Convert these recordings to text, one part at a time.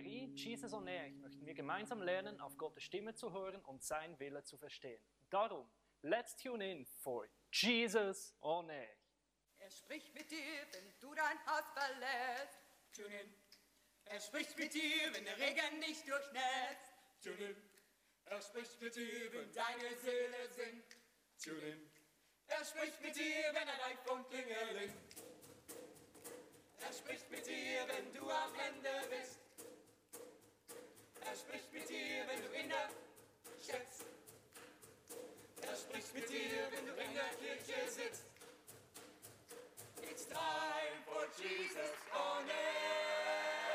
Serie Jesus on Air möchten wir gemeinsam lernen, auf Gottes Stimme zu hören und seinen Wille zu verstehen. Darum, let's tune in for Jesus on Air. Er spricht mit dir, wenn du dein Haus verlässt. Tune in. Er spricht mit dir, wenn der Regen dich durchnässt. Tune in. Er spricht mit dir, wenn deine Seele singt. Tune in. Er spricht mit dir, wenn ein iPhone klingelingt. Er spricht mit dir, wenn du am Ende bist. Er spricht mit dir, wenn du in der schätzt. Er spricht mit dir, wenn du in der Kirche sitzt. It's time for Jesus on Air.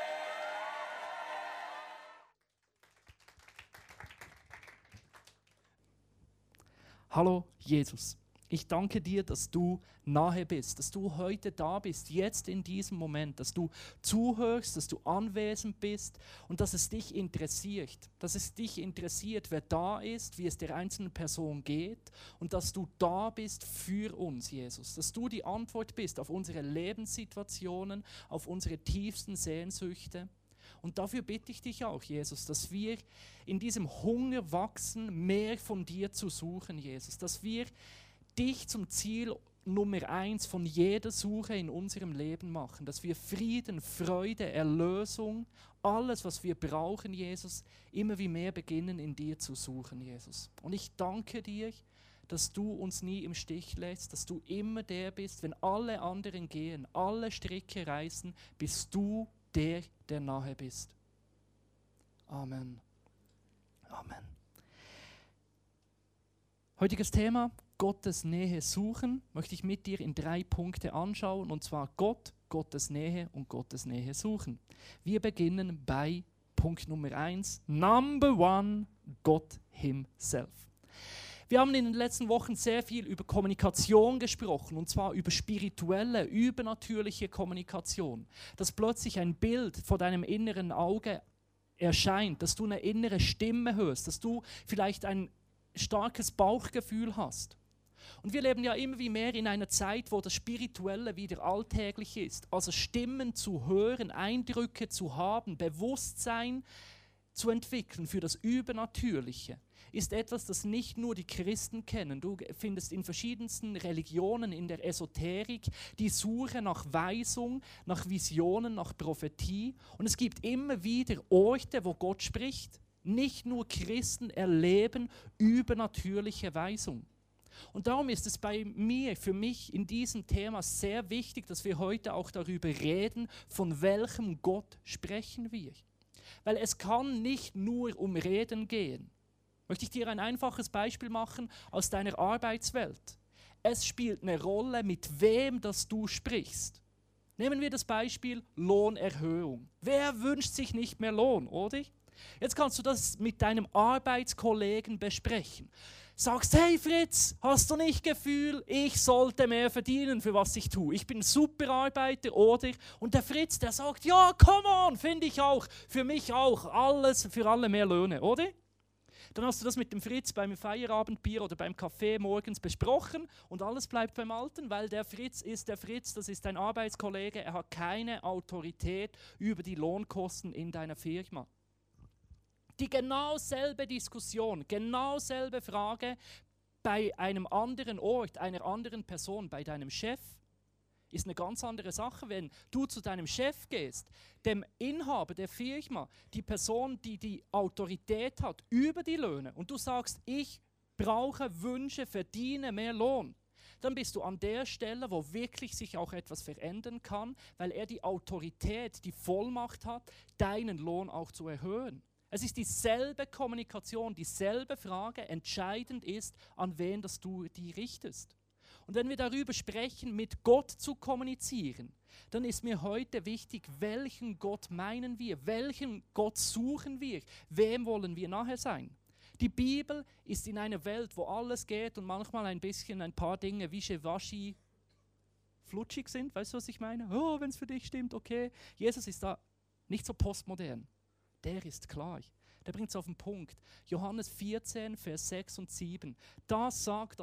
Hallo Jesus, ich danke dir, dass du nahe bist, dass du heute da bist, jetzt in diesem Moment, dass du zuhörst, dass du anwesend bist und dass es dich interessiert, wer da ist, wie es der einzelnen Person geht und dass du da bist für uns, Jesus, dass du die Antwort bist auf unsere Lebenssituationen, auf unsere tiefsten Sehnsüchte. Und dafür bitte ich dich auch, Jesus, dass wir in diesem Hunger wachsen, mehr von dir zu suchen, Jesus, dass wir dich zum Ziel Nummer 1 von jeder Suche in unserem Leben machen, dass wir Frieden, Freude, Erlösung, alles, was wir brauchen, Jesus, immer wie mehr beginnen in dir zu suchen, Jesus. Und ich danke dir, dass du uns nie im Stich lässt, dass du immer der bist, wenn alle anderen gehen, alle Stricke reißen, bist du der nahe bist. Amen. Amen. Heutiges Thema, Gottes Nähe suchen, möchte ich mit dir in 3 Punkte anschauen, und zwar Gott, Gottes Nähe und Gottes Nähe suchen. Wir beginnen bei Punkt Nummer 1, Number 1, Gott Himself. Wir haben in den letzten Wochen sehr viel über Kommunikation gesprochen, und zwar über spirituelle, übernatürliche Kommunikation. Dass plötzlich ein Bild vor deinem inneren Auge erscheint, dass du eine innere Stimme hörst, dass du vielleicht ein starkes Bauchgefühl hast. Und wir leben ja immer wie mehr in einer Zeit, wo das Spirituelle wieder alltäglich ist. Also Stimmen zu hören, Eindrücke zu haben, Bewusstsein zu entwickeln für das Übernatürliche, ist etwas, das nicht nur die Christen kennen. Du findest in verschiedensten Religionen, in der Esoterik, die Suche nach Weisung, nach Visionen, nach Prophetie. Und es gibt immer wieder Orte, wo Gott spricht. Nicht nur Christen erleben übernatürliche Weisung. Und darum ist es für mich in diesem Thema sehr wichtig, dass wir heute auch darüber reden, von welchem Gott sprechen wir. Weil es kann nicht nur um Reden gehen. Möchte ich dir ein einfaches Beispiel machen aus deiner Arbeitswelt. Es spielt eine Rolle, mit wem das du sprichst. Nehmen wir das Beispiel Lohnerhöhung. Wer wünscht sich nicht mehr Lohn, oder? Jetzt kannst du das mit deinem Arbeitskollegen besprechen. Sagst, hey Fritz, hast du nicht Gefühl, ich sollte mehr verdienen, für was ich tue? Ich bin ein super Arbeiter, oder? Und der Fritz, der sagt, ja, come on, finde ich auch, für mich auch, alles, für alle mehr Löhne, oder? Dann hast du das mit dem Fritz beim Feierabendbier oder beim Kaffee morgens besprochen und alles bleibt beim Alten, weil der Fritz, das ist dein Arbeitskollege, er hat keine Autorität über die Lohnkosten in deiner Firma. Die genau selbe Diskussion, genau selbe Frage bei einem anderen Ort, einer anderen Person, bei deinem Chef, ist eine ganz andere Sache, wenn du zu deinem Chef gehst, dem Inhaber der Firma, die Person, die die Autorität hat über die Löhne, und du sagst, ich brauche, wünsche, verdiene mehr Lohn. Dann bist du an der Stelle, wo wirklich sich auch etwas verändern kann, weil er die Autorität, die Vollmacht hat, deinen Lohn auch zu erhöhen. Es ist dieselbe Kommunikation, dieselbe Frage. Entscheidend ist, an wen das du die richtest. Und wenn wir darüber sprechen, mit Gott zu kommunizieren, dann ist mir heute wichtig, welchen Gott meinen wir, welchen Gott suchen wir, wem wollen wir nahe sein. Die Bibel ist in einer Welt, wo alles geht und manchmal ein paar Dinge wischiwaschi flutschig sind. Weißt du, was ich meine? Oh, wenn es für dich stimmt, okay. Jesus ist da nicht so postmodern. Der ist klar. Der bringt es auf den Punkt. Johannes 14, Vers 6 und 7. Da sagt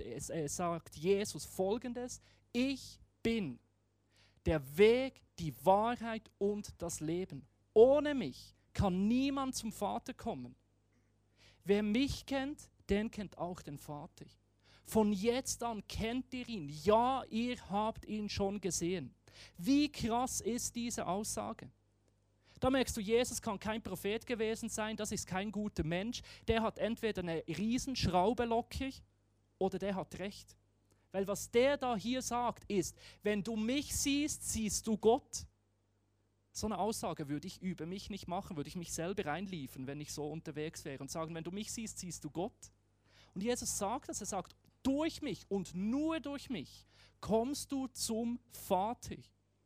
Jesus Folgendes: Ich bin der Weg, die Wahrheit und das Leben. Ohne mich kann niemand zum Vater kommen. Wer mich kennt, den kennt auch den Vater. Von jetzt an kennt ihr ihn. Ja, ihr habt ihn schon gesehen. Wie krass ist diese Aussage? Da merkst du, Jesus kann kein Prophet gewesen sein, das ist kein guter Mensch. Der hat entweder eine Riesenschraube locker oder der hat recht. Weil was der da hier sagt ist, wenn du mich siehst, siehst du Gott. So eine Aussage würde ich über mich nicht machen, würde ich mich selber einliefern, wenn ich so unterwegs wäre und sagen, wenn du mich siehst, siehst du Gott. Und Jesus sagt das, er sagt, durch mich und nur durch mich kommst du zum Vater.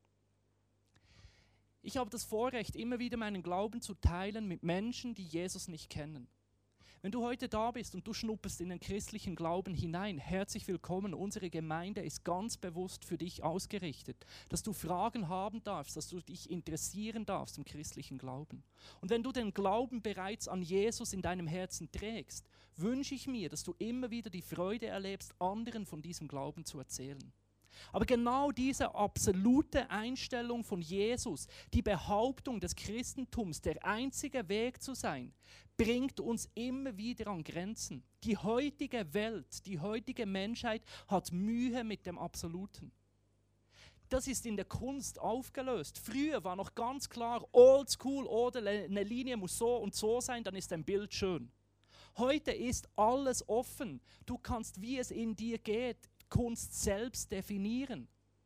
Ich habe das Vorrecht, immer wieder meinen Glauben zu teilen mit Menschen, die Jesus nicht kennen. Wenn du heute da bist und du schnupperst in den christlichen Glauben hinein, herzlich willkommen. Unsere Gemeinde ist ganz bewusst für dich ausgerichtet, dass du Fragen haben darfst, dass du dich interessieren darfst im christlichen Glauben. Und wenn du den Glauben bereits an Jesus in deinem Herzen trägst, wünsche ich mir, dass du immer wieder die Freude erlebst, anderen von diesem Glauben zu erzählen. Aber genau diese absolute Einstellung von Jesus, die Behauptung des Christentums, der einzige Weg zu sein, bringt uns immer wieder an Grenzen. Die heutige Welt, die heutige Menschheit hat Mühe mit dem Absoluten. Das ist in der Kunst aufgelöst. Früher war noch ganz klar, oldschool oder eine Linie muss so und so sein, dann ist ein Bild schön. Heute ist alles offen. Du kannst, wie es in dir geht, Kunst selbst definieren.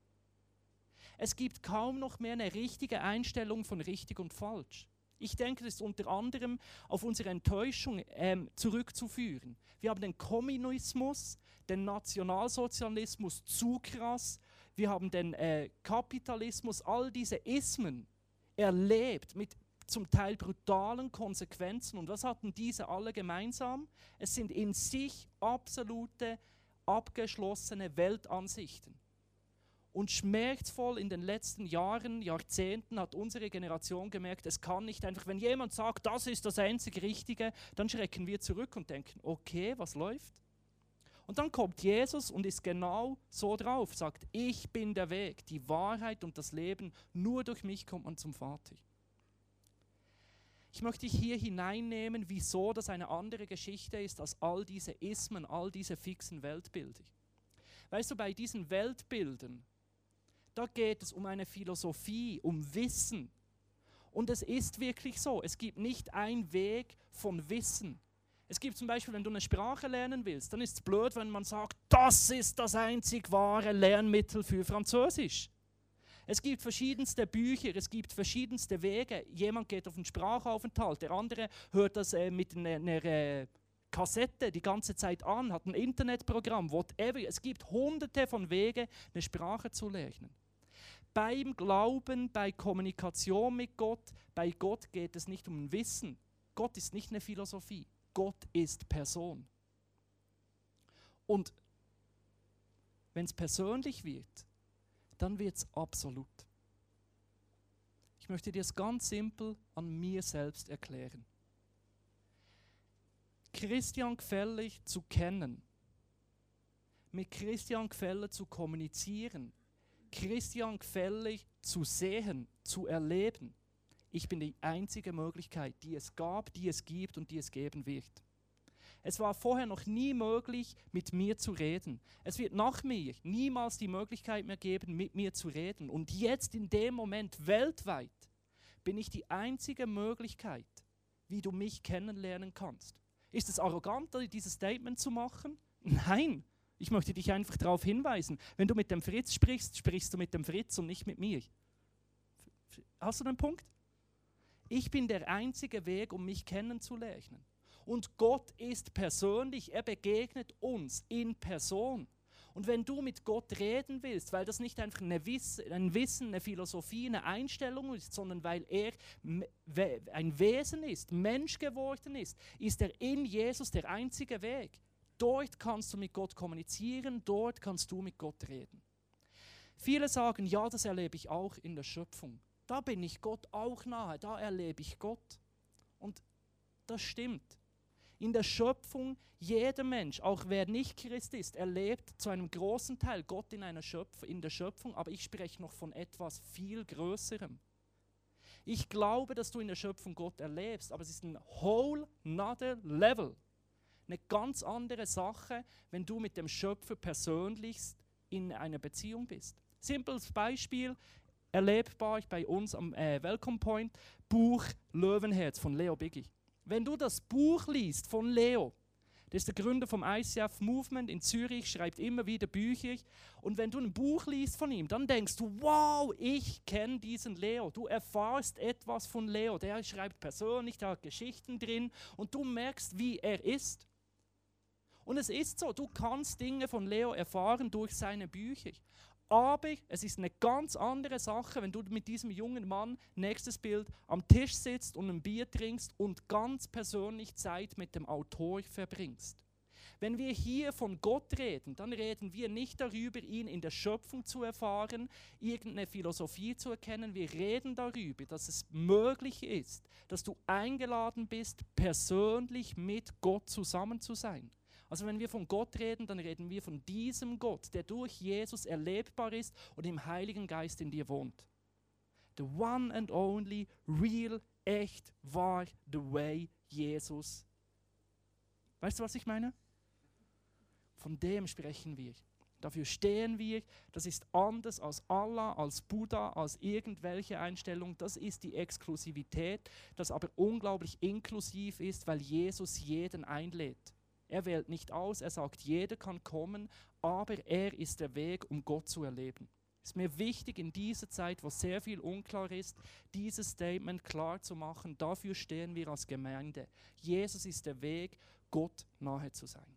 Es gibt kaum noch mehr eine richtige Einstellung von richtig und falsch. Ich denke, das ist unter anderem auf unsere Enttäuschung zurückzuführen. Wir haben den Kommunismus, den Nationalsozialismus zu krass, wir haben den Kapitalismus, all diese Ismen erlebt mit zum Teil brutalen Konsequenzen. Und was hatten diese alle gemeinsam? Es sind in sich absolute abgeschlossene Weltansichten. Und schmerzvoll in den letzten Jahren, Jahrzehnten hat unsere Generation gemerkt, es kann nicht einfach, wenn jemand sagt, das ist das einzig Richtige, dann schrecken wir zurück und denken, okay, was läuft? Und dann kommt Jesus und ist genau so drauf, sagt, ich bin der Weg, die Wahrheit und das Leben, nur durch mich kommt man zum Vater. Ich möchte dich hier hineinnehmen, wieso das eine andere Geschichte ist als all diese Ismen, all diese fixen Weltbilder. Weißt du, bei diesen Weltbildern, da geht es um eine Philosophie, um Wissen. Und es ist wirklich so, es gibt nicht einen Weg von Wissen. Es gibt zum Beispiel, wenn du eine Sprache lernen willst, dann ist es blöd, wenn man sagt, das ist das einzig wahre Lernmittel für Französisch. Es gibt verschiedenste Bücher, es gibt verschiedenste Wege. Jemand geht auf einen Sprachaufenthalt, der andere hört das mit einer Kassette die ganze Zeit an, hat ein Internetprogramm, whatever. Es gibt hunderte von Wegen, eine Sprache zu lernen. Beim Glauben, bei Kommunikation mit Gott, bei Gott geht es nicht um ein Wissen. Gott ist nicht eine Philosophie, Gott ist Person. Und wenn es persönlich wird, dann wird es absolut. Ich möchte dir es ganz simpel an mir selbst erklären. Christian Gfeller zu kennen, mit Christian Gfeller zu kommunizieren, Christian Gfeller zu sehen, zu erleben, ich bin die einzige Möglichkeit, die es gab, die es gibt und die es geben wird. Es war vorher noch nie möglich, mit mir zu reden. Es wird nach mir niemals die Möglichkeit mehr geben, mit mir zu reden. Und jetzt in dem Moment weltweit bin ich die einzige Möglichkeit, wie du mich kennenlernen kannst. Ist es arrogant, dieses Statement zu machen? Nein, ich möchte dich einfach darauf hinweisen. Wenn du mit dem Fritz sprichst, sprichst du mit dem Fritz und nicht mit mir. Hast du den Punkt? Ich bin der einzige Weg, um mich kennenzulernen. Und Gott ist persönlich, er begegnet uns in Person. Und wenn du mit Gott reden willst, weil das nicht einfach ein Wissen, eine Philosophie, eine Einstellung ist, sondern weil er ein Wesen ist, Mensch geworden ist, ist er in Jesus der einzige Weg. Dort kannst du mit Gott kommunizieren, dort kannst du mit Gott reden. Viele sagen, ja, das erlebe ich auch in der Schöpfung. Da bin ich Gott auch nahe, da erlebe ich Gott. Und das stimmt. In der Schöpfung, jeder Mensch, auch wer nicht Christ ist, erlebt zu einem großen Teil Gott in der Schöpfung, aber ich spreche noch von etwas viel Größerem. Ich glaube, dass du in der Schöpfung Gott erlebst, aber es ist ein whole nother level. Eine ganz andere Sache, wenn du mit dem Schöpfer persönlich in einer Beziehung bist. Simples Beispiel, erlebbar bei uns am Welcome Point, Buch Löwenherz von Leo Biggie. Wenn du das Buch liest von Leo, der ist der Gründer vom ICF Movement in Zürich, schreibt immer wieder Bücher. Und wenn du ein Buch liest von ihm, dann denkst du, wow, ich kenne diesen Leo. Du erfährst etwas von Leo. Der schreibt persönlich, der hat Geschichten drin und du merkst, wie er ist. Und es ist so, du kannst Dinge von Leo erfahren durch seine Bücher. Aber es ist eine ganz andere Sache, wenn du mit diesem jungen Mann, nächstes Bild, am Tisch sitzt und ein Bier trinkst und ganz persönlich Zeit mit dem Autor verbringst. Wenn wir hier von Gott reden, dann reden wir nicht darüber, ihn in der Schöpfung zu erfahren, irgendeine Philosophie zu erkennen. Wir reden darüber, dass es möglich ist, dass du eingeladen bist, persönlich mit Gott zusammen zu sein. Also wenn wir von Gott reden, dann reden wir von diesem Gott, der durch Jesus erlebbar ist und im Heiligen Geist in dir wohnt. The one and only, real, echt, wahr, the way, Jesus. Weißt du, was ich meine? Von dem sprechen wir. Dafür stehen wir. Das ist anders als Allah, als Buddha, als irgendwelche Einstellung. Das ist die Exklusivität, das aber unglaublich inklusiv ist, weil Jesus jeden einlädt. Er wählt nicht aus, er sagt, jeder kann kommen, aber er ist der Weg, um Gott zu erleben. Es ist mir wichtig, in dieser Zeit, wo sehr viel unklar ist, dieses Statement klar zu machen. Dafür stehen wir als Gemeinde. Jesus ist der Weg, Gott nahe zu sein.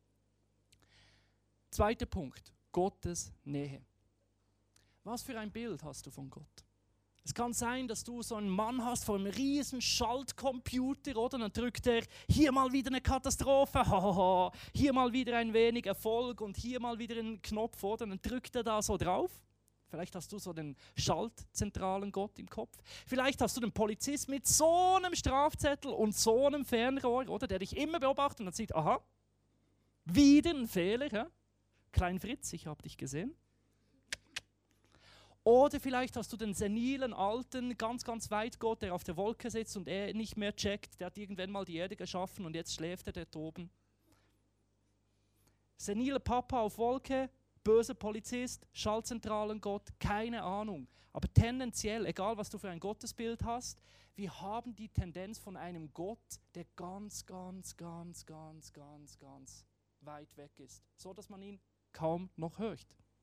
Zweiter Punkt, Gottes Nähe. Was für ein Bild hast du von Gott? Es kann sein, dass du so einen Mann hast vor einem riesen Schaltcomputer, oder? Dann drückt er hier mal wieder eine Katastrophe, hier mal wieder ein wenig Erfolg und hier mal wieder einen Knopf, oder? Dann drückt er da so drauf. Vielleicht hast du so den schaltzentralen Gott im Kopf. Vielleicht hast du den Polizist mit so einem Strafzettel und so einem Fernrohr, oder? Der dich immer beobachtet und dann sieht, aha, wieder ein Fehler, ja? Klein Fritz, ich habe dich gesehen. Oder vielleicht hast du den senilen, alten, ganz, ganz weit Gott, der auf der Wolke sitzt und er nicht mehr checkt. Der hat irgendwann mal die Erde geschaffen und jetzt schläft er dort oben. Senile Papa auf Wolke, böser Polizist, Schaltzentralen Gott, keine Ahnung. Aber tendenziell, egal was du für ein Gottesbild hast, wir haben die Tendenz von einem Gott, der ganz, ganz, ganz, ganz, ganz, ganz weit weg ist. So, dass man ihn kaum noch hört.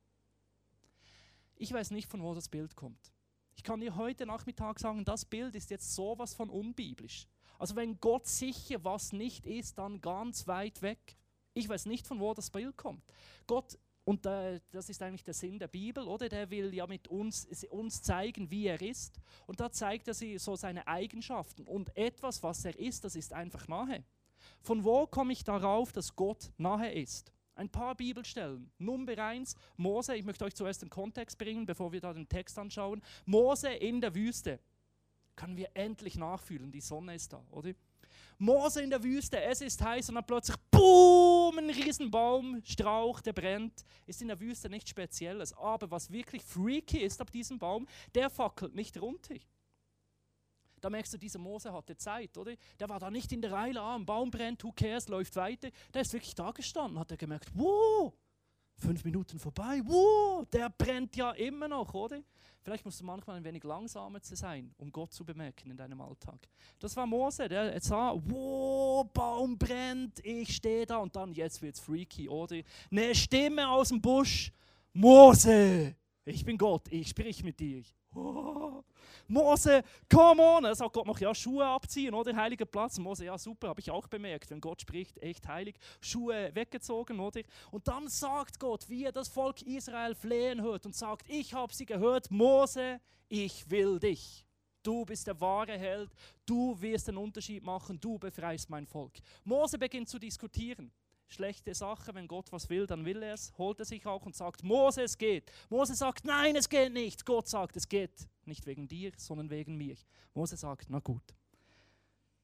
Ich weiß nicht, von wo das Bild kommt. Ich kann dir heute Nachmittag sagen, das Bild ist jetzt sowas von unbiblisch. Also wenn Gott sicher was nicht ist, dann ganz weit weg. Ich weiß nicht, von wo das Bild kommt. Gott, und das ist eigentlich der Sinn der Bibel, oder? Der will ja mit uns zeigen, wie er ist. Und da zeigt er so seine Eigenschaften. Und etwas, was er ist, das ist einfach nahe. Von wo komme ich darauf, dass Gott nahe ist? Ein paar Bibelstellen. Nummer 1, Mose, ich möchte euch zuerst den Kontext bringen, bevor wir da den Text anschauen. Mose in der Wüste. Können wir endlich nachfühlen, die Sonne ist da, oder? Mose in der Wüste, es ist heiß und dann plötzlich, boom, ein Riesenbaum, Strauch, der brennt. Ist in der Wüste nichts Spezielles. Aber was wirklich freaky ist ab diesem Baum, der fackelt nicht runter. Da merkst du, dieser Mose hatte Zeit, oder? Der war da nicht in der Eile, ein Baum brennt, who cares, läuft weiter. Der ist wirklich da gestanden, hat er gemerkt, wow, 5 Minuten vorbei, wow, der brennt ja immer noch, oder? Vielleicht musst du manchmal ein wenig langsamer sein, um Gott zu bemerken in deinem Alltag. Das war Mose, der sah, wow, Baum brennt, ich stehe da und dann, jetzt wird's freaky, oder? Eine Stimme aus dem Busch, Mose, ich bin Gott, ich sprich mit dir. Oh, Mose, come on! Er sagt Gott noch, ja, Schuhe abziehen, oder? Heiliger Platz. Mose, ja, super, habe ich auch bemerkt. Wenn Gott spricht, echt heilig. Schuhe weggezogen, oder? Und dann sagt Gott, wie er das Volk Israel flehen hört und sagt, ich habe sie gehört, Mose, ich will dich. Du bist der wahre Held, du wirst den Unterschied machen, du befreist mein Volk. Mose beginnt zu diskutieren. Schlechte Sache, wenn Gott was will, dann will er es, holt er sich auch und sagt, Mose, es geht. Mose sagt, nein, es geht nicht. Gott sagt, es geht nicht wegen dir, sondern wegen mir. Mose sagt, na gut.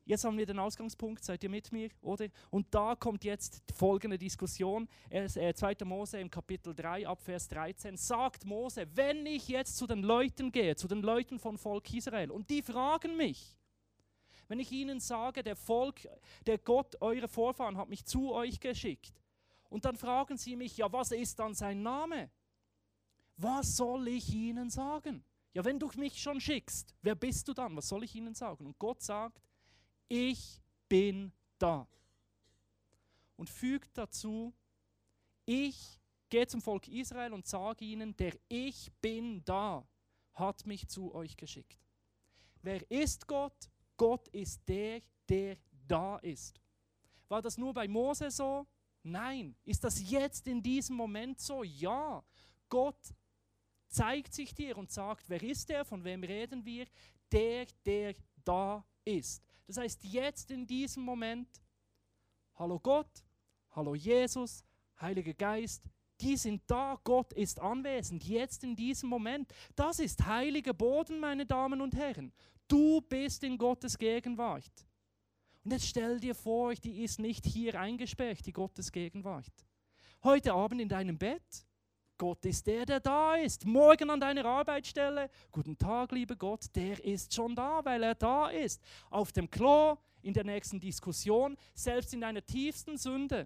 Jetzt haben wir den Ausgangspunkt, seid ihr mit mir, oder? Und da kommt jetzt folgende Diskussion. 2. Mose im Kapitel 3 ab Vers 13 sagt Mose, wenn ich jetzt zu den Leuten gehe, zu den Leuten von Volk Israel und die fragen mich, wenn ich ihnen sage, der Gott, eure Vorfahren hat mich zu euch geschickt und dann fragen sie mich, ja, was ist dann sein Name? Was soll ich ihnen sagen? Ja, wenn du mich schon schickst, wer bist du dann? Was soll ich ihnen sagen? Und Gott sagt, ich bin da. Und fügt dazu, ich gehe zum Volk Israel und sage ihnen, der Ich bin da, hat mich zu euch geschickt. Wer ist Gott? Gott ist der, der da ist. War das nur bei Mose so? Nein. Ist das jetzt in diesem Moment so? Ja. Gott zeigt sich dir und sagt, wer ist der? Von wem reden wir? Der, der da ist. Das heißt, jetzt in diesem Moment, hallo Gott, hallo Jesus, Heiliger Geist, die sind da, Gott ist anwesend, jetzt in diesem Moment. Das ist heiliger Boden, meine Damen und Herren. Du bist in Gottes Gegenwart. Und jetzt stell dir vor, die ist nicht hier eingesperrt, die Gottes Gegenwart. Heute Abend in deinem Bett, Gott ist der, der da ist. Morgen an deiner Arbeitsstelle, guten Tag, lieber Gott, der ist schon da, weil er da ist. Auf dem Klo, in der nächsten Diskussion, selbst in deiner tiefsten Sünde.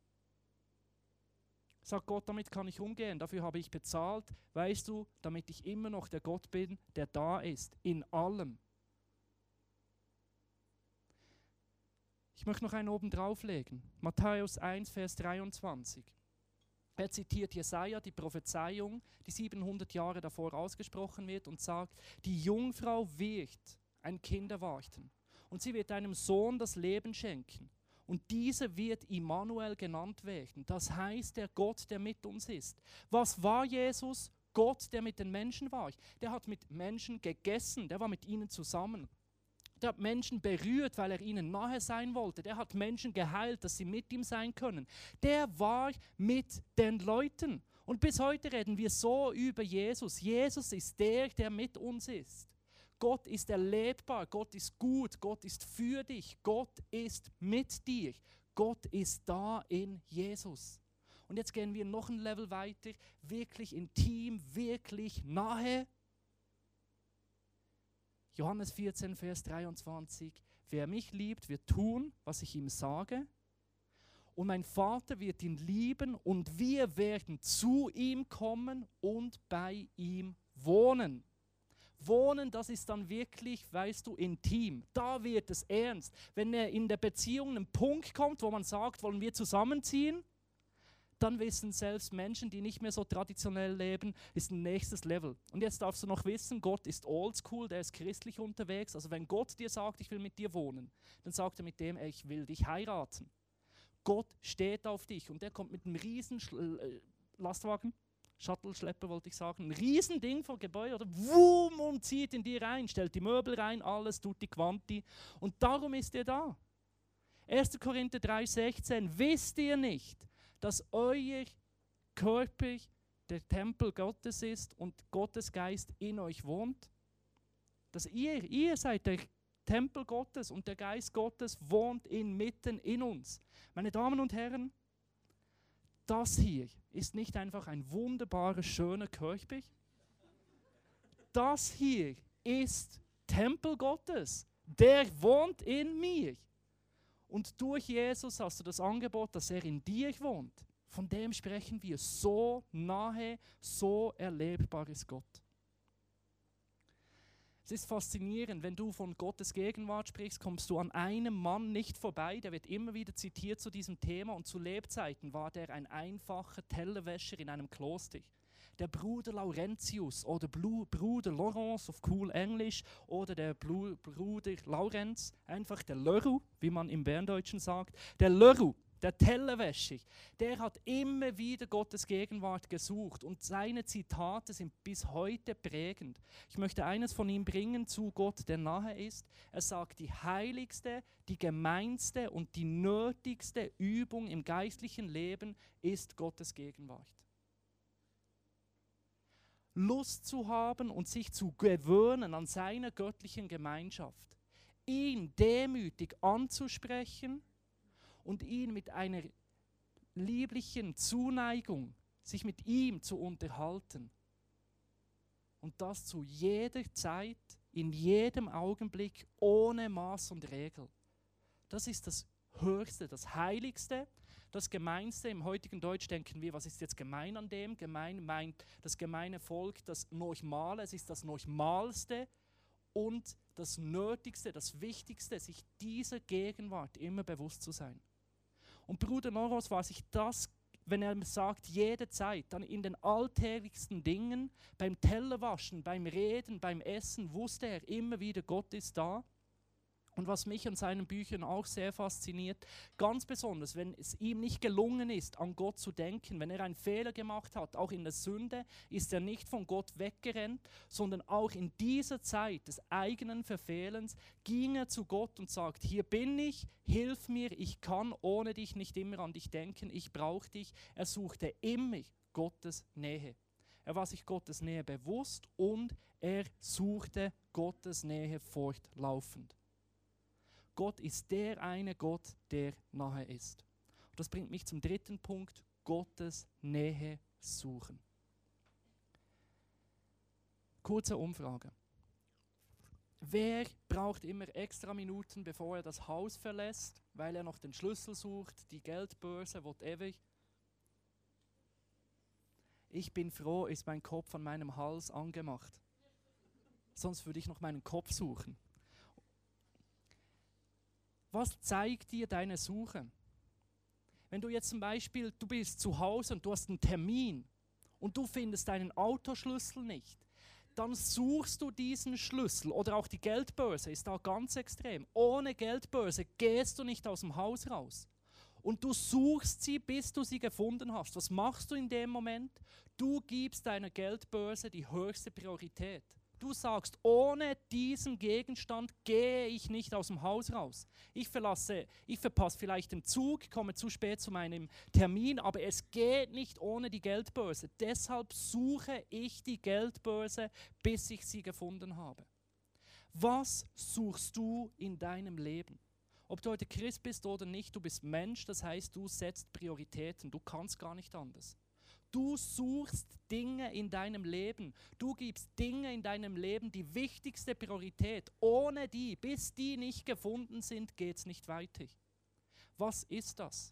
Sagt Gott, damit kann ich umgehen, dafür habe ich bezahlt, weißt du, damit ich immer noch der Gott bin, der da ist, in allem. Ich möchte noch einen oben drauflegen. Matthäus 1, Vers 23. Er zitiert Jesaja, die Prophezeiung, die 700 Jahre davor ausgesprochen wird und sagt, die Jungfrau wird ein Kind erwarten und sie wird einem Sohn das Leben schenken. Und dieser wird Immanuel genannt werden. Das heißt, der Gott, der mit uns ist. Was war Jesus? Gott, der mit den Menschen war. Der hat mit Menschen gegessen, der war mit ihnen zusammen. Der hat Menschen berührt, weil er ihnen nahe sein wollte. Der hat Menschen geheilt, dass sie mit ihm sein können. Der war mit den Leuten. Und bis heute reden wir so über Jesus. Jesus ist der, der mit uns ist. Gott ist erlebbar, Gott ist gut, Gott ist für dich, Gott ist mit dir. Gott ist da in Jesus. Und jetzt gehen wir noch ein Level weiter, wirklich intim, wirklich nahe. Johannes 14, Vers 23. Wer mich liebt, wird tun, was ich ihm sage. Und mein Vater wird ihn lieben und wir werden zu ihm kommen und bei ihm wohnen. Wohnen, das ist dann wirklich, weißt du, intim. Da wird es ernst. Wenn er in der Beziehung ein Punkt kommt, wo man sagt, wollen wir zusammenziehen, dann wissen selbst Menschen, die nicht mehr so traditionell leben, ist ein nächstes Level. Und jetzt darfst du noch wissen, Gott ist oldschool, der ist christlich unterwegs. Also wenn Gott dir sagt, ich will mit dir wohnen, dann sagt er mit dem, ich will dich heiraten. Gott steht auf dich und der kommt mit einem riesen Lastwagen, Shuttle-Schlepper wollte ich sagen, ein Riesending vom Gebäude, oder wumm, und zieht in die rein, stellt die Möbel rein, alles, tutti quanti. Und darum ist er da. 1. Korinther 3,16, wisst ihr nicht, dass euer Körper der Tempel Gottes ist und Gottes Geist in euch wohnt? Dass ihr seid der Tempel Gottes und der Geist Gottes wohnt inmitten in uns. Meine Damen und Herren, das hier ist nicht einfach ein wunderbarer, schöner Körper. Das hier ist Tempel Gottes. Der wohnt in mir. Und durch Jesus hast du das Angebot, dass er in dir wohnt. Von dem sprechen wir. So nahe, so erlebbar ist Gott. Es ist faszinierend, wenn du von Gottes Gegenwart sprichst, kommst du an einem Mann nicht vorbei, der wird immer wieder zitiert zu diesem Thema und zu Lebzeiten war der ein einfacher Tellerwäscher in einem Kloster. Der Bruder Laurentius oder Bruder Laurence auf cool Englisch oder der Bruder Laurenz, einfach der Leroux, wie man im Berndeutschen sagt, der Leroux. Der Tellerwäscher, der hat immer wieder Gottes Gegenwart gesucht und seine Zitate sind bis heute prägend. Ich möchte eines von ihm bringen zu Gott, der nahe ist. Er sagt, die heiligste, die gemeinste und die nötigste Übung im geistlichen Leben ist Gottes Gegenwart. Lust zu haben und sich zu gewöhnen an seiner göttlichen Gemeinschaft. ihn demütig anzusprechen und ihn mit einer lieblichen Zuneigung, sich mit ihm zu unterhalten. Und das zu jeder Zeit, in jedem Augenblick, ohne Maß und Regel. Das ist das Höchste, das Heiligste, das Gemeinste. Im heutigen Deutsch denken wir, was ist jetzt gemein an dem? Gemein meint das gemeine Volk, das Normale, es ist das Normalste und das Nötigste, das Wichtigste, sich dieser Gegenwart immer bewusst zu sein. Und Bruder Noros war sich das, wenn er sagt, jede Zeit, dann in den alltäglichsten Dingen, beim Tellerwaschen, beim Reden, beim Essen, wusste er immer wieder, Gott ist da. Und was mich an seinen Büchern auch sehr fasziniert, ganz besonders, wenn es ihm nicht gelungen ist, an Gott zu denken, wenn er einen Fehler gemacht hat, auch in der Sünde, ist er nicht von Gott weggerannt, sondern auch in dieser Zeit des eigenen Verfehlens ging er zu Gott und sagt, hier bin ich, hilf mir, ich kann ohne dich nicht immer an dich denken, ich brauche dich. Er suchte immer Gottes Nähe. Er war sich Gottes Nähe bewusst und er suchte Gottes Nähe fortlaufend. Gott ist der eine Gott, der nahe ist. Und das bringt mich zum dritten Punkt, Gottes Nähe suchen. Kurze Umfrage. Wer braucht immer extra Minuten, bevor er das Haus verlässt, weil er noch den Schlüssel sucht, die Geldbörse, whatever? Ich bin froh, ist mein Kopf an meinem Hals angemacht. Sonst würde ich noch meinen Kopf suchen. Was zeigt dir deine Suche? Wenn du jetzt zum Beispiel, du bist zu Hause und du hast einen Termin und du findest deinen Autoschlüssel nicht, dann suchst du diesen Schlüssel oder auch die Geldbörse ist da ganz extrem. Ohne Geldbörse gehst du nicht aus dem Haus raus. Und du suchst sie, bis du sie gefunden hast. Was machst du in dem Moment? Du gibst deiner Geldbörse die höchste Priorität. Du sagst, ohne diesen Gegenstand gehe ich nicht aus dem Haus raus. Ich verpasse vielleicht den Zug, komme zu spät zu meinem Termin, aber es geht nicht ohne die Geldbörse. Deshalb suche ich die Geldbörse, bis ich sie gefunden habe. Was suchst du in deinem Leben? Ob du heute Christ bist oder nicht, du bist Mensch, das heißt, du setzt Prioritäten, du kannst gar nicht anders. Du suchst Dinge in deinem Leben. Du gibst Dinge in deinem Leben die wichtigste Priorität. Ohne die, bis die nicht gefunden sind, geht es nicht weiter. Was ist das?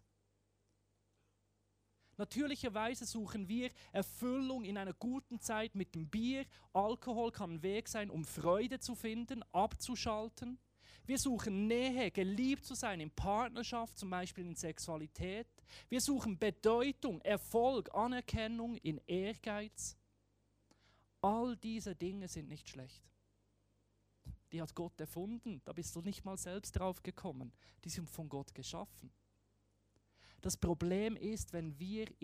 Natürlicherweise suchen wir Erfüllung in einer guten Zeit mit dem Bier. Alkohol kann ein Weg sein, um Freude zu finden, abzuschalten. Wir suchen Nähe, geliebt zu sein in Partnerschaft, zum Beispiel in Sexualität. Wir suchen Bedeutung, Erfolg, Anerkennung in Ehrgeiz. All diese Dinge sind nicht schlecht. Die hat Gott erfunden, da bist du nicht mal selbst drauf gekommen. Die sind von Gott geschaffen. Das Problem ist, wenn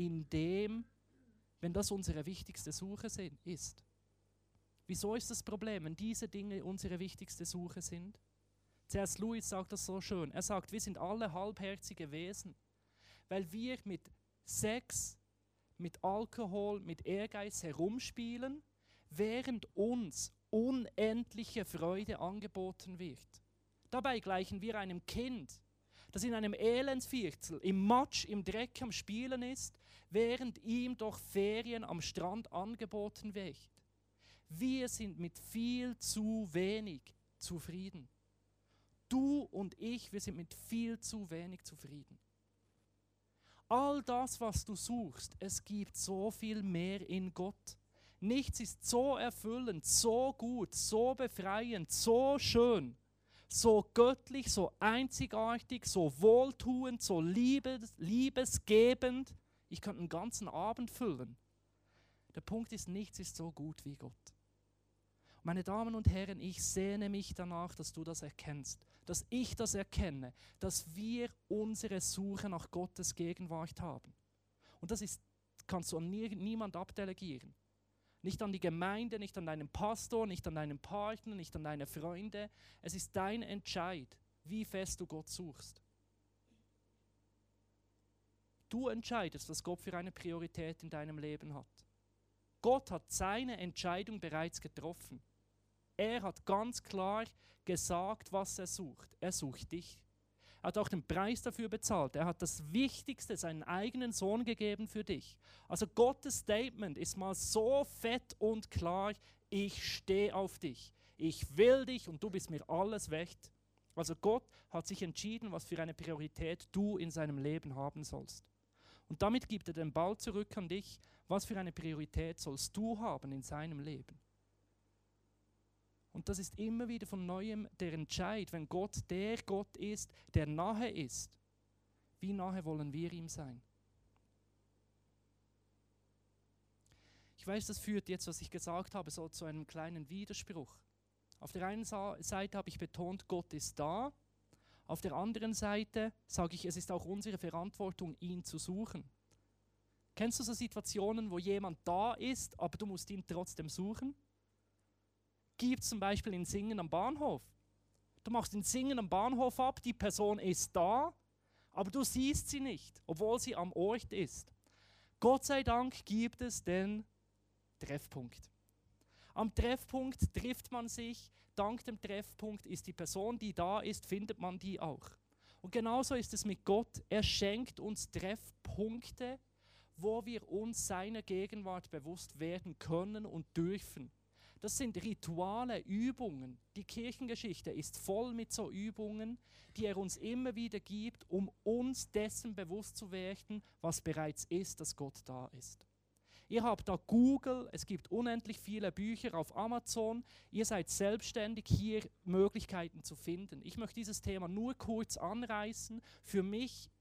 das unsere wichtigste Suche ist. Wieso ist das Problem, wenn diese Dinge unsere wichtigste Suche sind? C.S. Lewis sagt das so schön. Er sagt, wir sind alle halbherzige Wesen, weil wir mit Sex, mit Alkohol, mit Ehrgeiz herumspielen, während uns unendliche Freude angeboten wird. Dabei gleichen wir einem Kind, das in einem Elendsviertel, im Matsch, im Dreck am Spielen ist, während ihm doch Ferien am Strand angeboten wird. Wir sind mit viel zu wenig zufrieden. Du und ich, wir sind mit viel zu wenig zufrieden. All das, was du suchst, es gibt so viel mehr in Gott. Nichts ist so erfüllend, so gut, so befreiend, so schön, so göttlich, so einzigartig, so wohltuend, so liebesgebend. Ich könnte einen ganzen Abend füllen. Der Punkt ist, nichts ist so gut wie Gott. Meine Damen und Herren, ich sehne mich danach, dass du das erkennst, dass ich das erkenne, dass wir unsere Suche nach Gottes Gegenwart haben. Und das kannst du an niemand abdelegieren. Nicht an die Gemeinde, nicht an deinen Pastor, nicht an deinen Partner, nicht an deine Freunde. Es ist dein Entscheid, wie fest du Gott suchst. Du entscheidest, was Gott für eine Priorität in deinem Leben hat. Gott hat seine Entscheidung bereits getroffen. Er hat ganz klar gesagt, was er sucht. Er sucht dich. Er hat auch den Preis dafür bezahlt. Er hat das Wichtigste, seinen eigenen Sohn gegeben für dich. Also Gottes Statement ist mal so fett und klar, ich stehe auf dich. Ich will dich und du bist mir alles wert. Also Gott hat sich entschieden, was für eine Priorität du in seinem Leben haben sollst. Und damit gibt er den Ball zurück an dich. Was für eine Priorität sollst du haben in seinem Leben? Und das ist immer wieder von Neuem der Entscheid, wenn Gott der Gott ist, der nahe ist. Wie nahe wollen wir ihm sein? Ich weiß, das führt jetzt, was ich gesagt habe, so zu einem kleinen Widerspruch. Auf der einen Seite habe ich betont, Gott ist da. Auf der anderen Seite sage ich, es ist auch unsere Verantwortung, ihn zu suchen. Kennst du so Situationen, wo jemand da ist, aber du musst ihn trotzdem suchen? Gibt es zum Beispiel in Singen am Bahnhof. Du machst den Singen am Bahnhof ab, die Person ist da, aber du siehst sie nicht, obwohl sie am Ort ist. Gott sei Dank gibt es den Treffpunkt. Am Treffpunkt trifft man sich, dank dem Treffpunkt ist die Person, die da ist, findet man die auch. Und genauso ist es mit Gott. Er schenkt uns Treffpunkte, wo wir uns seiner Gegenwart bewusst werden können und dürfen. Das sind Rituale, Übungen. Die Kirchengeschichte ist voll mit so Übungen, die er uns immer wieder gibt, um uns dessen bewusst zu werden, was bereits ist, dass Gott da ist. Ihr habt da Google, es gibt unendlich viele Bücher auf Amazon. Ihr seid selbstständig, hier Möglichkeiten zu finden. Ich möchte dieses Thema nur kurz anreißen. Für mich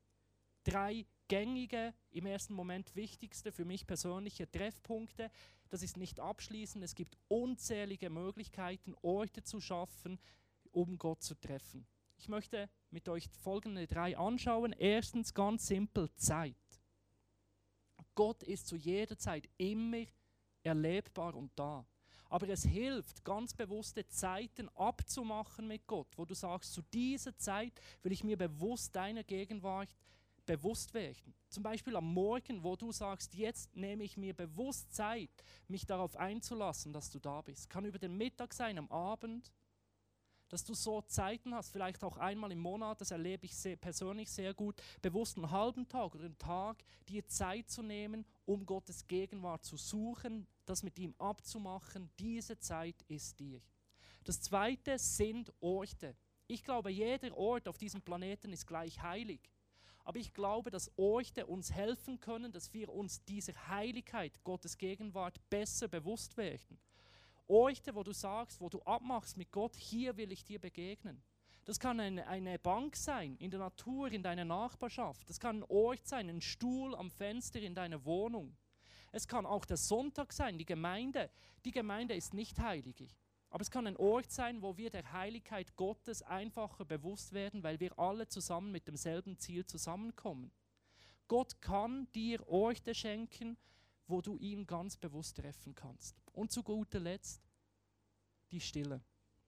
3 gängige, im ersten Moment wichtigste, für mich persönliche Treffpunkte. Das ist nicht abschließend. Es gibt unzählige Möglichkeiten, Orte zu schaffen, um Gott zu treffen. Ich möchte mit euch folgende 3 anschauen. Erstens ganz simpel Zeit. Gott ist zu jeder Zeit immer erlebbar und da. Aber es hilft, ganz bewusste Zeiten abzumachen mit Gott, wo du sagst, zu dieser Zeit will ich mir bewusst deiner Gegenwart bewusst werden. Zum Beispiel am Morgen, wo du sagst, jetzt nehme ich mir bewusst Zeit, mich darauf einzulassen, dass du da bist. Kann über den Mittag sein, am Abend, dass du so Zeiten hast, vielleicht auch einmal im Monat, das erlebe ich persönlich sehr gut, bewusst einen halben Tag oder einen Tag, dir Zeit zu nehmen, um Gottes Gegenwart zu suchen, das mit ihm abzumachen. Diese Zeit ist dir. Das Zweite sind Orte. Ich glaube, jeder Ort auf diesem Planeten ist gleich heilig. Aber ich glaube, dass Orte uns helfen können, dass wir uns dieser Heiligkeit, Gottes Gegenwart, besser bewusst werden. Orte, wo du sagst, wo du abmachst mit Gott, hier will ich dir begegnen. Das kann eine Bank sein, in der Natur, in deiner Nachbarschaft. Das kann ein Ort sein, ein Stuhl am Fenster in deiner Wohnung. Es kann auch der Sonntag sein, die Gemeinde. Die Gemeinde ist nicht heilig. Aber es kann ein Ort sein, wo wir der Heiligkeit Gottes einfacher bewusst werden, weil wir alle zusammen mit demselben Ziel zusammenkommen. Gott kann dir Orte schenken, wo du ihn ganz bewusst treffen kannst. Und zu guter Letzt die Stille.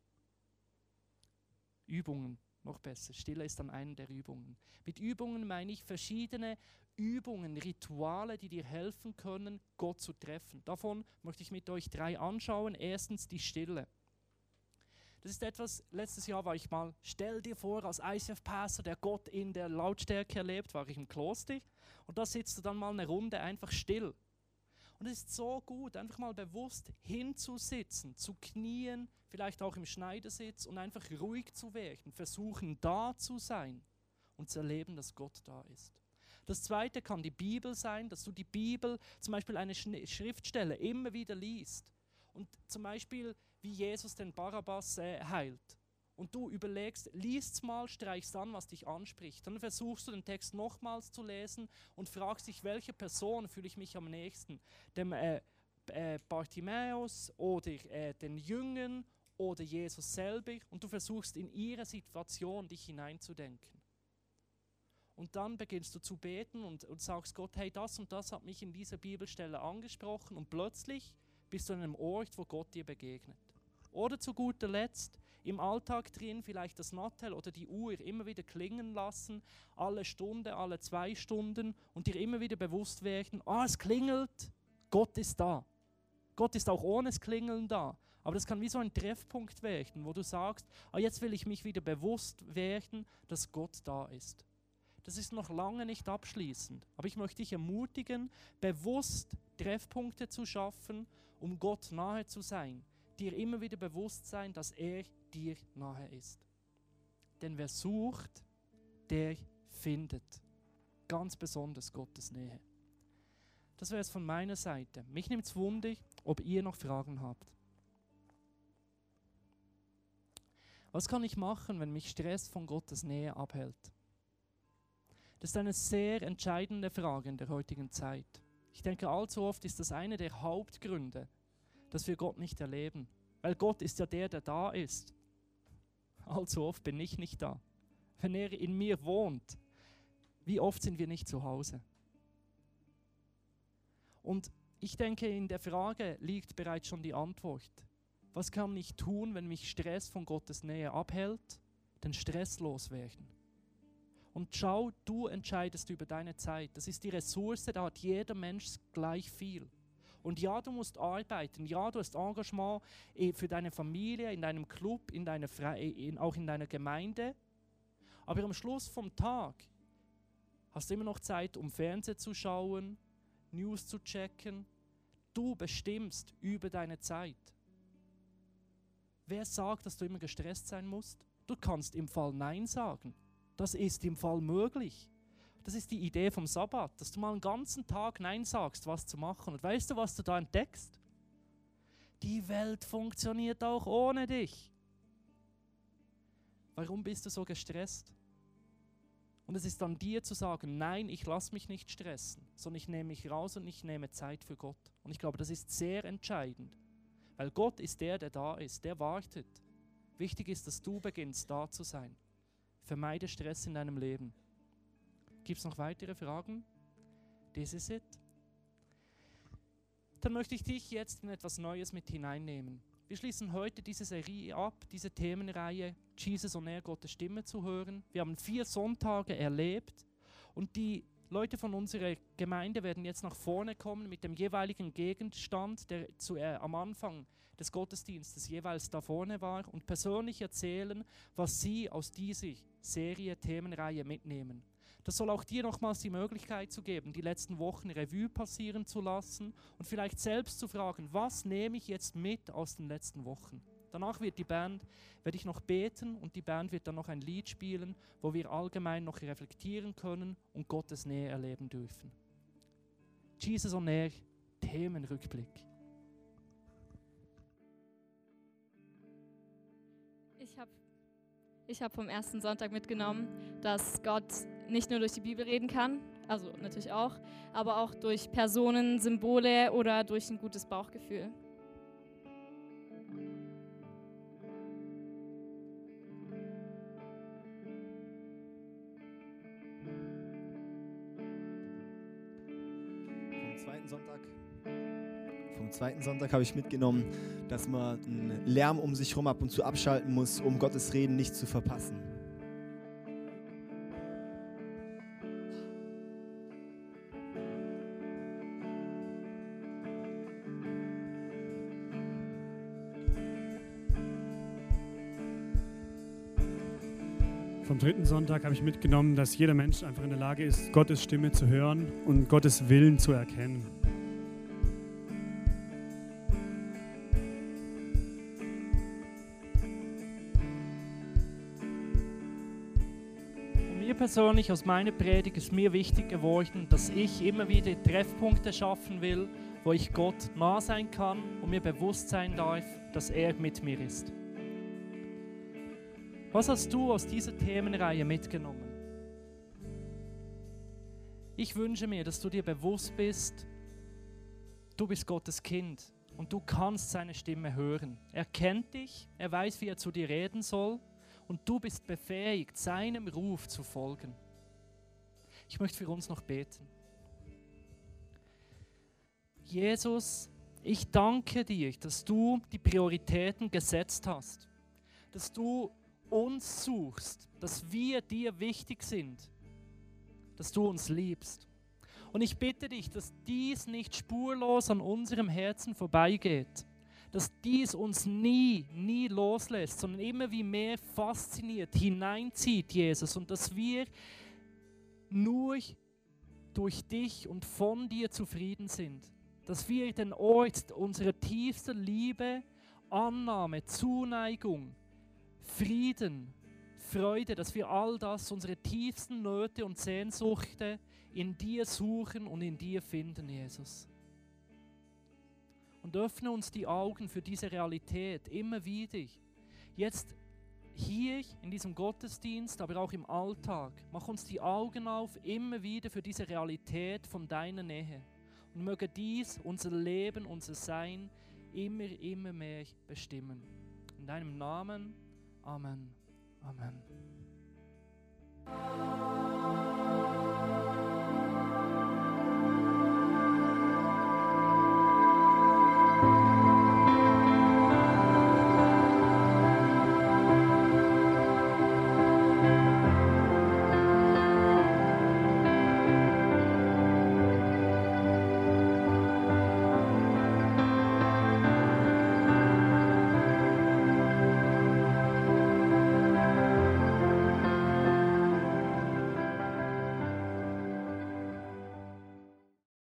Übungen, noch besser. Stille ist dann eine der Übungen. Mit Übungen meine ich verschiedene Übungen, Rituale, die dir helfen können, Gott zu treffen. Davon möchte ich mit euch 3 anschauen. Erstens die Stille. Das ist etwas, letztes Jahr war ich mal, stell dir vor, als ICF-Pastor, der Gott in der Lautstärke erlebt, war ich im Kloster und da sitzt du dann mal eine Runde einfach still. Und es ist so gut, einfach mal bewusst hinzusitzen, zu knien, vielleicht auch im Schneidersitz und einfach ruhig zu werden, versuchen da zu sein und zu erleben, dass Gott da ist. Das Zweite kann die Bibel sein, dass du die Bibel, zum Beispiel eine Schriftstelle, immer wieder liest. Und zum Beispiel, wie Jesus den Barabbas heilt. Und du überlegst, liest mal, streichst an, was dich anspricht. Dann versuchst du den Text nochmals zu lesen und fragst dich, welche Person fühle ich mich am nächsten? Dem Bartimäus oder den Jüngern oder Jesus selber. Und du versuchst in ihre Situation dich hineinzudenken. Und dann beginnst du zu beten und sagst Gott, hey, das und das hat mich in dieser Bibelstelle angesprochen. Und plötzlich bist du an einem Ort, wo Gott dir begegnet. Oder zu guter Letzt im Alltag drin vielleicht das Nattel oder die Uhr immer wieder klingen lassen, alle Stunde, alle 2 Stunden und dir immer wieder bewusst werden, es klingelt, Gott ist da. Gott ist auch ohne das Klingeln da. Aber das kann wie so ein Treffpunkt werden, wo du sagst, jetzt will ich mich wieder bewusst werden, dass Gott da ist. Das ist noch lange nicht abschließend, aber ich möchte dich ermutigen, bewusst Treffpunkte zu schaffen, um Gott nahe zu sein. Dir immer wieder bewusst sein, dass er dir nahe ist. Denn wer sucht, der findet. Ganz besonders Gottes Nähe. Das wäre es von meiner Seite. Mich nimmt es Wunder, ob ihr noch Fragen habt. Was kann ich machen, wenn mich Stress von Gottes Nähe abhält? Das ist eine sehr entscheidende Frage in der heutigen Zeit. Ich denke, allzu oft ist das einer der Hauptgründe, dass wir Gott nicht erleben. Weil Gott ist ja der da ist. Allzu oft bin ich nicht da. Wenn er in mir wohnt, wie oft sind wir nicht zu Hause? Und ich denke, in der Frage liegt bereits schon die Antwort. Was kann ich tun, wenn mich Stress von Gottes Nähe abhält? Den Stress loswerden. Und schau, du entscheidest über deine Zeit. Das ist die Ressource, da hat jeder Mensch gleich viel. Und ja, du musst arbeiten, ja, du hast Engagement für deine Familie, in deinem Club, auch in deiner Gemeinde. Aber am Schluss vom Tag hast du immer noch Zeit, um Fernsehen zu schauen, News zu checken. Du bestimmst über deine Zeit. Wer sagt, dass du immer gestresst sein musst? Du kannst im Fall Nein sagen. Das ist im Fall möglich. Das ist die Idee vom Sabbat, dass du mal einen ganzen Tag Nein sagst, was zu machen. Und weißt du, was du da entdeckst? Die Welt funktioniert auch ohne dich. Warum bist du so gestresst? Und es ist an dir zu sagen, nein, ich lasse mich nicht stressen, sondern ich nehme mich raus und ich nehme Zeit für Gott. Und ich glaube, das ist sehr entscheidend, weil Gott ist der da ist, der wartet. Wichtig ist, dass du beginnst, da zu sein. Vermeide Stress in deinem Leben. Gibt es noch weitere Fragen? This is it. Dann möchte ich dich jetzt in etwas Neues mit hineinnehmen. Wir schließen heute diese Serie ab, diese Themenreihe Jesus on Air, Gottes Stimme zu hören. Wir haben 4 Sonntage erlebt und die Leute von unserer Gemeinde werden jetzt nach vorne kommen mit dem jeweiligen Gegenstand, der am Anfang des Gottesdienstes jeweils da vorne war und persönlich erzählen, was sie aus dieser Serie, Themenreihe mitnehmen. Das soll auch dir nochmals die Möglichkeit zu geben, die letzten Wochen Revue passieren zu lassen und vielleicht selbst zu fragen, was nehme ich jetzt mit aus den letzten Wochen? Danach werde ich noch beten und die Band wird dann noch ein Lied spielen, wo wir allgemein noch reflektieren können und Gottes Nähe erleben dürfen. Jesus on Air, Themenrückblick. Ich habe vom ersten Sonntag mitgenommen, dass Gott nicht nur durch die Bibel reden kann, also natürlich auch, aber auch durch Personen, Symbole oder durch ein gutes Bauchgefühl. Vom zweiten Sonntag habe ich mitgenommen, dass man einen Lärm um sich herum ab und zu abschalten muss, um Gottes Reden nicht zu verpassen. Vom dritten Sonntag habe ich mitgenommen, dass jeder Mensch einfach in der Lage ist, Gottes Stimme zu hören und Gottes Willen zu erkennen. Persönlich, aus meiner Predigt ist mir wichtig geworden, dass ich immer wieder Treffpunkte schaffen will, wo ich Gott nah sein kann und mir bewusst sein darf, dass er mit mir ist. Was hast du aus dieser Themenreihe mitgenommen? Ich wünsche mir, dass du dir bewusst bist, du bist Gottes Kind und du kannst seine Stimme hören. Er kennt dich, er weiß, wie er zu dir reden soll. Und du bist befähigt, seinem Ruf zu folgen. Ich möchte für uns noch beten. Jesus, ich danke dir, dass du die Prioritäten gesetzt hast. Dass du uns suchst, dass wir dir wichtig sind. Dass du uns liebst. Und ich bitte dich, dass dies nicht spurlos an unserem Herzen vorbeigeht. dass dies uns nie loslässt, sondern immer wie mehr fasziniert, hineinzieht, Jesus, und dass wir nur durch dich und von dir zufrieden sind. Dass wir den Ort unserer tiefsten Liebe, Annahme, Zuneigung, Frieden, Freude, dass wir all das, unsere tiefsten Nöte und Sehnsüchte in dir suchen und in dir finden, Jesus. Und öffne uns die Augen für diese Realität immer wieder. Jetzt hier in diesem Gottesdienst, aber auch im Alltag. Mach uns die Augen auf immer wieder für diese Realität von deiner Nähe. Und möge dies unser Leben, unser Sein immer mehr bestimmen. In deinem Namen. Amen. Amen.